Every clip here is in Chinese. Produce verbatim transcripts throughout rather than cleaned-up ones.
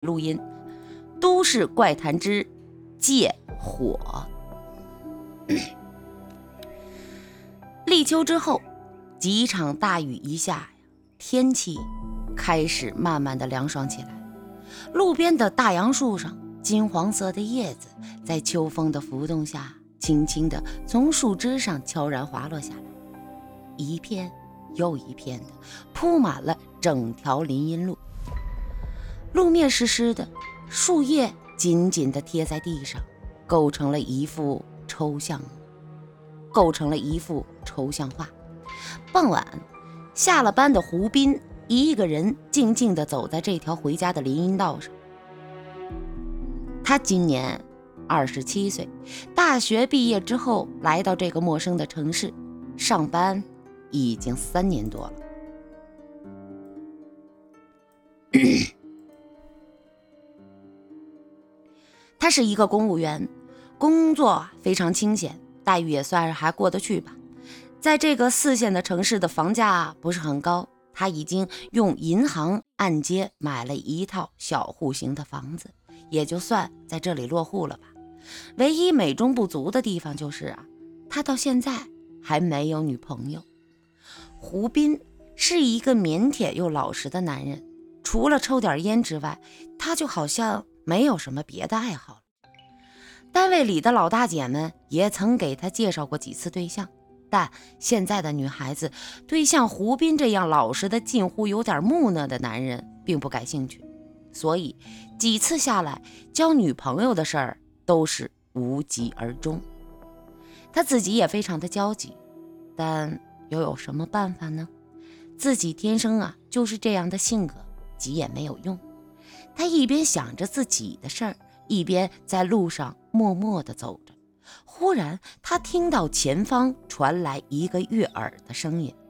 录音《都市怪谈之借火》。立秋之后，几场大雨一下，天气开始慢慢的凉爽起来。路边的大杨树上，金黄色的叶子在秋风的浮动下，轻轻地从树枝上悄然滑落下来，一片又一片的铺满了整条林荫路。路面湿湿的，树叶紧紧地贴在地上，构成了一幅抽象构成了一幅抽象画。傍晚，下了班的胡斌一个人静静地走在这条回家的林荫道上。他今年二十七岁，大学毕业之后来到这个陌生的城市，上班已经三年多了。他是一个公务员，工作非常清闲，待遇也算是还过得去吧。在这个四线的城市的房价不是很高，他已经用银行按揭买了一套小户型的房子，也就算在这里落户了吧。唯一美中不足的地方就是啊，他到现在还没有女朋友。胡斌是一个腼腆又老实的男人，除了抽点烟之外，他就好像没有什么别的爱好了。单位里的老大姐们也曾给他介绍过几次对象，但现在的女孩子对像胡斌这样老实的近乎有点木讷的男人并不感兴趣，所以几次下来交女朋友的事儿都是无疾而终。他自己也非常的焦急，但又有什么办法呢？自己天生啊就是这样的性格，急也没有用。他一边想着自己的事儿，一边在路上默默地走着。忽然他听到前方传来一个悦耳的声音：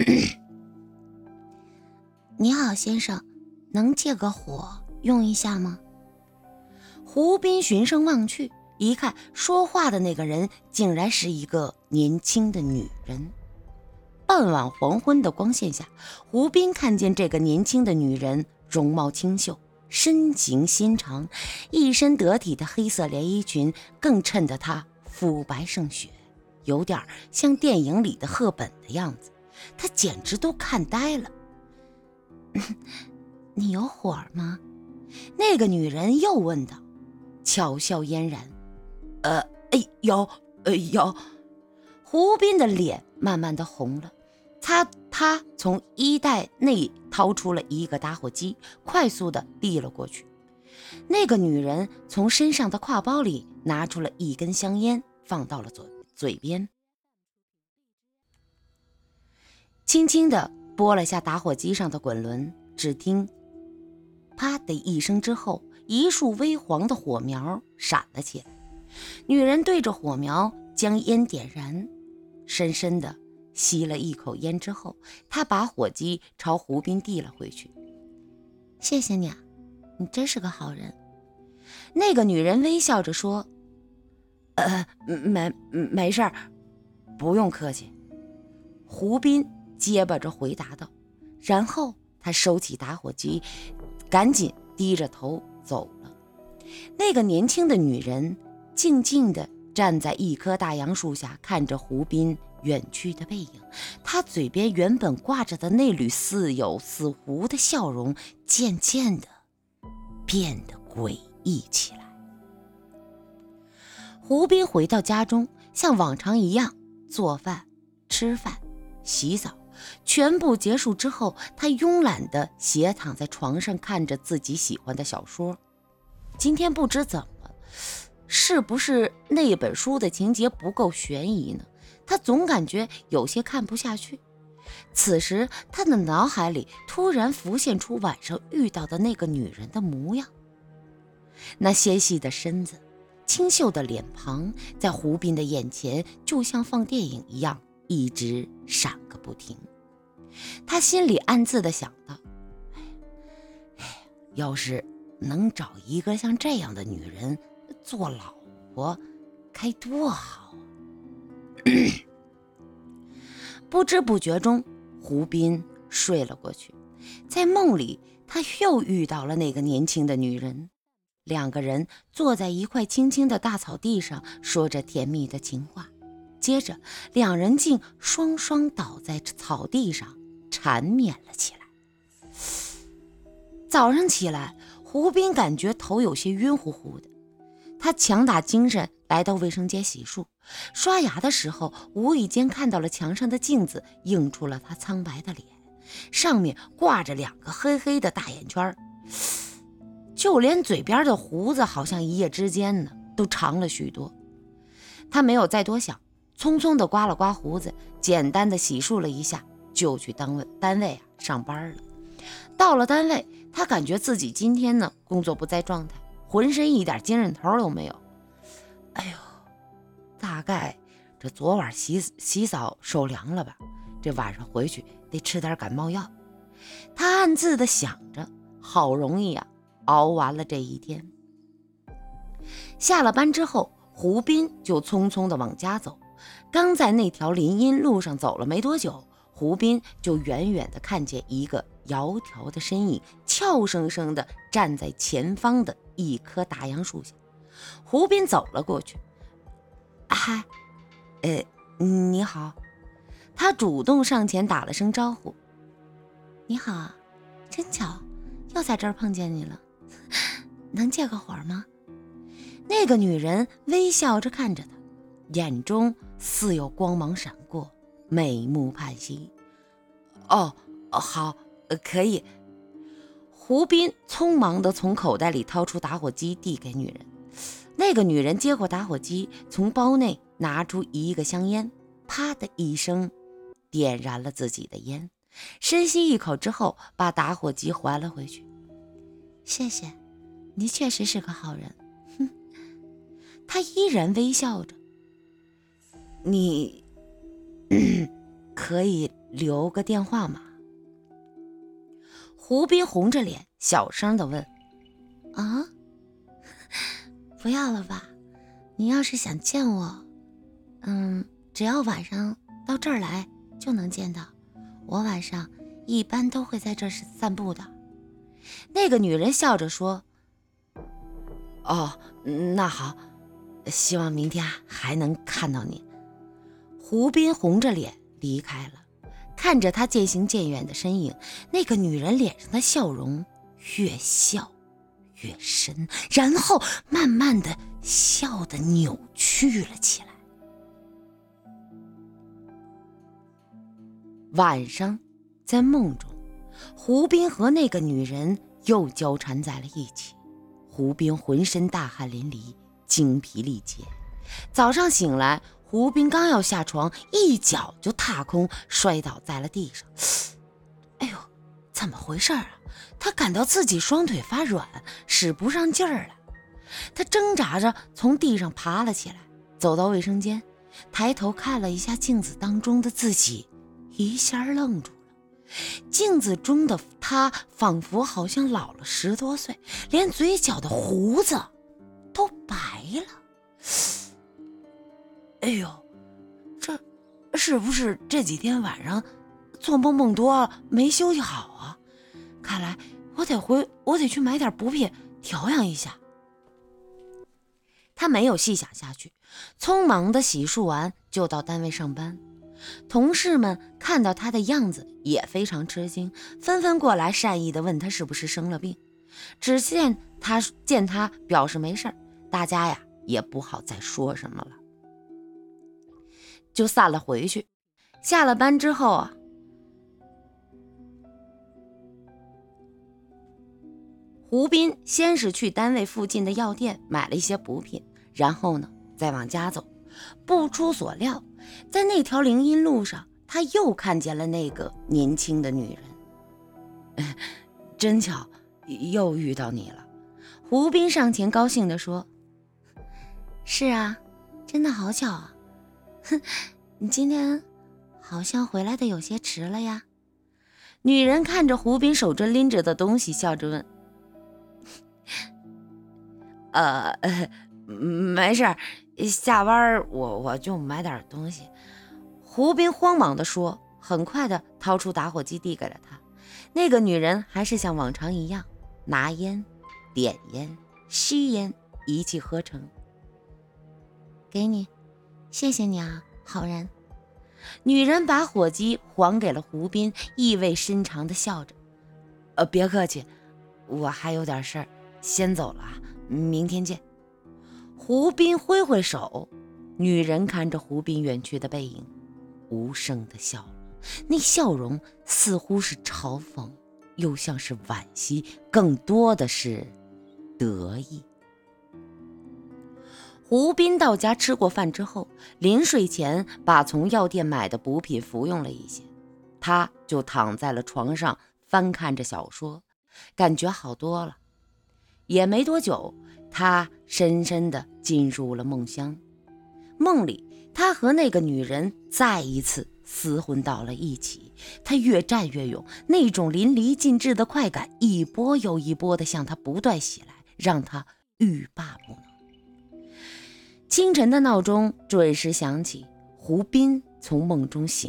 你好先生，能借个火用一下吗？胡斌循声望去，一看说话的那个人竟然是一个年轻的女人。傍晚黄昏的光线下，胡斌看见这个年轻的女人容貌清秀，身形纤长，一身得体的黑色连衣裙更衬得她肤白胜雪，有点像电影里的赫本的样子，他简直都看呆了。你有火吗？那个女人又问道，巧笑嫣然。呃，哎，有，呃，有。胡斌的脸慢慢的红了，他他从衣袋内掏出了一个打火机，快速的递了过去。那个女人从身上的挎包里拿出了一根香烟，放到了嘴嘴边，轻轻地拨了下打火机上的滚轮，只听啪的一声之后，一束微黄的火苗闪了起来。女人对着火苗将烟点燃，深深地吸了一口烟之后，她把火机朝胡斌递了回去。谢谢你啊，你真是个好人。那个女人微笑着说，呃，没没事儿，不用客气。胡斌结巴着回答道，然后他收起打火机，赶紧低着头走了。那个年轻的女人静静地站在一棵大杨树下，看着胡斌远去的背影，她嘴边原本挂着的那缕似有似无的笑容，渐渐地变得诡异起来。胡斌回到家中，像往常一样做饭、吃饭、洗澡，全部结束之后，他慵懒地斜躺在床上，看着自己喜欢的小说。今天不知怎么，是不是那本书的情节不够悬疑呢？他总感觉有些看不下去。此时他的脑海里突然浮现出晚上遇到的那个女人的模样，那纤细的身子，清秀的脸庞，在胡斌的眼前就像放电影一样一直闪个不停。他心里暗自的想到，哎，要是能找一个像这样的女人做老婆该多好。不知不觉中，胡斌睡了过去。在梦里， 他又遇到了那个年轻的女人。两个人坐在一块青青的大草地上，说着甜蜜的情话。接着两人竟双双倒在草地上缠绵了起来。早上起来，胡斌感觉头有些晕乎乎的，他强打精神来到卫生间洗漱，刷牙的时候无意间看到了墙上的镜子，映出了他苍白的脸，上面挂着两个黑黑的大眼圈，就连嘴边的胡子好像一夜之间呢都长了许多。他没有再多想，匆匆地刮了刮胡子，简单的洗漱了一下，就去单位单位啊上班了。到了单位，他感觉自己今天呢工作不在状态，浑身一点精神头都没有。哎呦，大概这昨晚洗洗澡受凉了吧，这晚上回去得吃点感冒药。他暗自的想着，好容易啊熬完了这一天。下了班之后，胡斌就匆匆地往家走。刚在那条林荫路上走了没多久，胡斌就远远地看见一个窈窕的身影俏生生地站在前方的一棵大杨树下。胡斌走了过去。嗨，呃，你好。他主动上前打了声招呼。你好，真巧，又在这儿碰见你了，能借个活吗？那个女人微笑着看着他，眼中似有光芒闪过，美目盼兮。哦，好，可以。胡斌匆忙地从口袋里掏出打火机递给女人。那个女人接过打火机，从包内拿出一个香烟，啪的一声点燃了自己的烟，深吸一口之后把打火机还了回去。谢谢，你确实是个好人。哼，他依然微笑着。你可以留个电话吗？胡斌红着脸小声地问。啊，不要了吧，你要是想见我，嗯，只要晚上到这儿来就能见到，我晚上一般都会在这儿散步的。那个女人笑着说。哦，那好，希望明天还能看到你。胡斌红着脸离开了。看着他渐行渐远的身影，那个女人脸上的笑容越笑越深，然后慢慢的笑得扭曲了起来。晚上，在梦中，胡斌和那个女人又交缠在了一起。胡斌浑身大汗淋漓，精疲力竭。早上醒来，胡斌刚要下床，一脚就踏空，摔倒在了地上。哎呦，怎么回事啊？他感到自己双腿发软，使不上劲儿了。他挣扎着从地上爬了起来，走到卫生间，抬头看了一下镜子当中的自己，一下愣住了。镜子中的他仿佛好像老了十多岁，连嘴角的胡子都白了。哎呦，这是不是这几天晚上做梦梦多了，没休息好啊？看来我得回，我得去买点补品调养一下。他没有细想下去，匆忙的洗漱完就到单位上班。同事们看到他的样子也非常吃惊，纷纷过来善意的问他是不是生了病。只见他见他表示没事，大家呀也不好再说什么了，就散了回去。下了班之后啊，胡斌先是去单位附近的药店买了一些补品，然后呢再往家走。不出所料，在那条林荫路上，他又看见了那个年轻的女人。真巧，又遇到你了。胡斌上前高兴地说。是啊，真的好巧啊。哼，你今天好像回来的有些迟了呀。女人看着胡斌手中拎着的东西，笑着问。呃呃没事，下班我我就买点东西。胡斌慌忙地说，很快的掏出打火机递给了他。 那个女人还是像往常一样拿烟、点烟、吸烟，一气呵成。给你，谢谢你啊，好人。女人把火机还给了胡斌，意味深长地笑着。呃，别客气，我还有点事儿，先走了啊，明天见。胡斌挥挥手，女人看着胡斌远去的背影，无声地笑了。那笑容似乎是嘲讽，又像是惋惜，更多的是得意。胡斌到家吃过饭之后，临睡前把从药店买的补品服用了一些，他就躺在了床上翻看着小说，感觉好多了。也没多久，他深深地进入了梦乡。梦里他和那个女人再一次厮混到了一起，他越战越勇，那种淋漓尽致的快感一波又一波地向他不断袭来，让他欲罢不能。清晨的闹钟准时响起，胡斌从梦中醒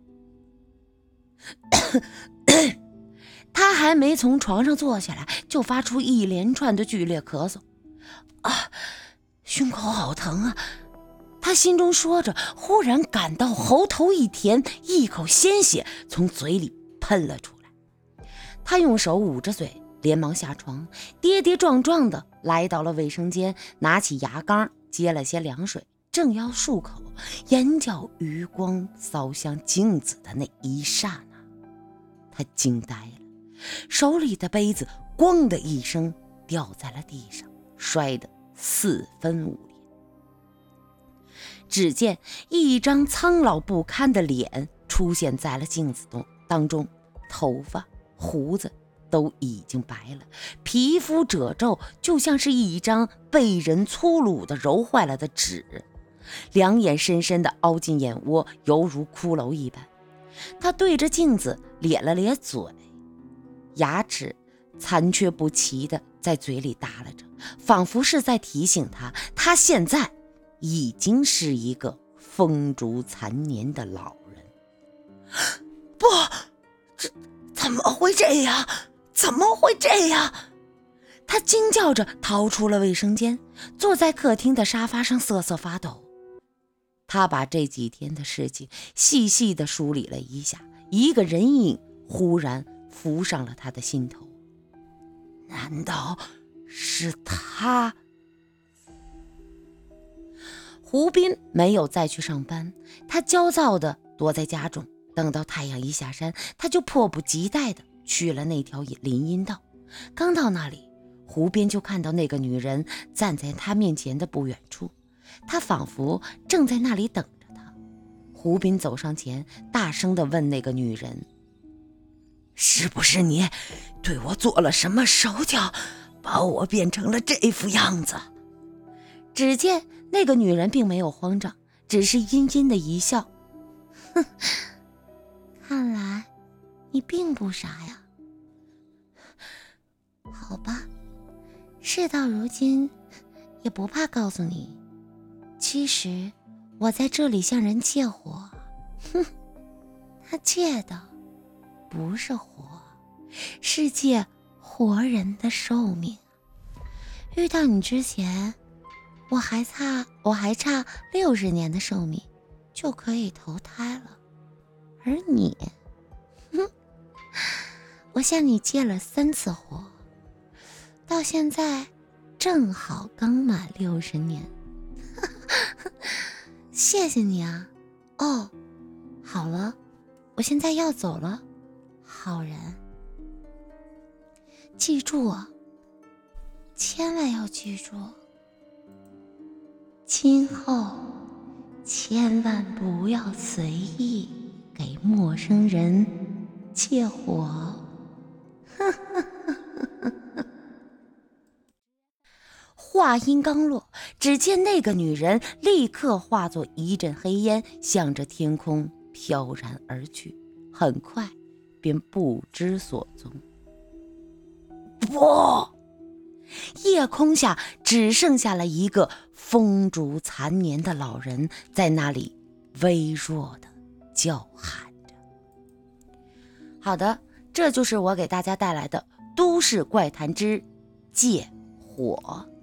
来。他还没从床上坐下来，就发出一连串的剧烈咳嗽。啊，胸口好疼啊！他心中说着，忽然感到喉头一甜，一口鲜血从嘴里喷了出来。他用手捂着嘴，连忙下床，跌跌撞撞地来到了卫生间，拿起牙缸接了些凉水，正要漱口，眼角余光扫向镜子的那一刹那，他惊呆了，手里的杯子咣的一声掉在了地上，摔得四分五裂。只见一张苍老不堪的脸出现在了镜子当中，头发胡子都已经白了，皮肤褶皱，就像是一张被人粗鲁的揉坏了的纸，两眼深深的凹进眼窝，犹如骷髅一般。他对着镜子咧了咧嘴，牙齿残缺不齐的在嘴里耷拉着，仿佛是在提醒他，他现在已经是一个风烛残年的老人。不，这怎么会这样？怎么会这样？他惊叫着逃出了卫生间，坐在客厅的沙发上瑟瑟发抖。他把这几天的事情细细地梳理了一下，一个人影忽然浮上了他的心头。难道是他？胡斌没有再去上班，他焦躁地躲在家中，等到太阳一下山，他就迫不及待地去了那条林荫道。刚到那里，胡斌就看到那个女人站在他面前的不远处，他仿佛正在那里等着他。胡斌走上前，大声地问那个女人：是不是你对我做了什么手脚，把我变成了这副样子？只见那个女人并没有慌张，只是阴阴的一笑，哼，看来你并不傻呀。好吧，事到如今也不怕告诉你，其实我在这里向人借火，哼，他借的不是火，是借活人的寿命。遇到你之前，我还差我还差六十年的寿命就可以投胎了，而你，哼，我向你借了三次火，到现在正好刚满六十年。谢谢你啊。哦，好了，我现在要走了，好人。记住啊，千万要记住，今后千万不要随意给陌生人借火。话音刚落，只见那个女人立刻化作一阵黑烟，向着天空飘然而去，很快便不知所踪。不！夜空下只剩下了一个风烛残年的老人，在那里微弱的叫喊着。好的， 这就是我给大家带来的都市怪谈之借火。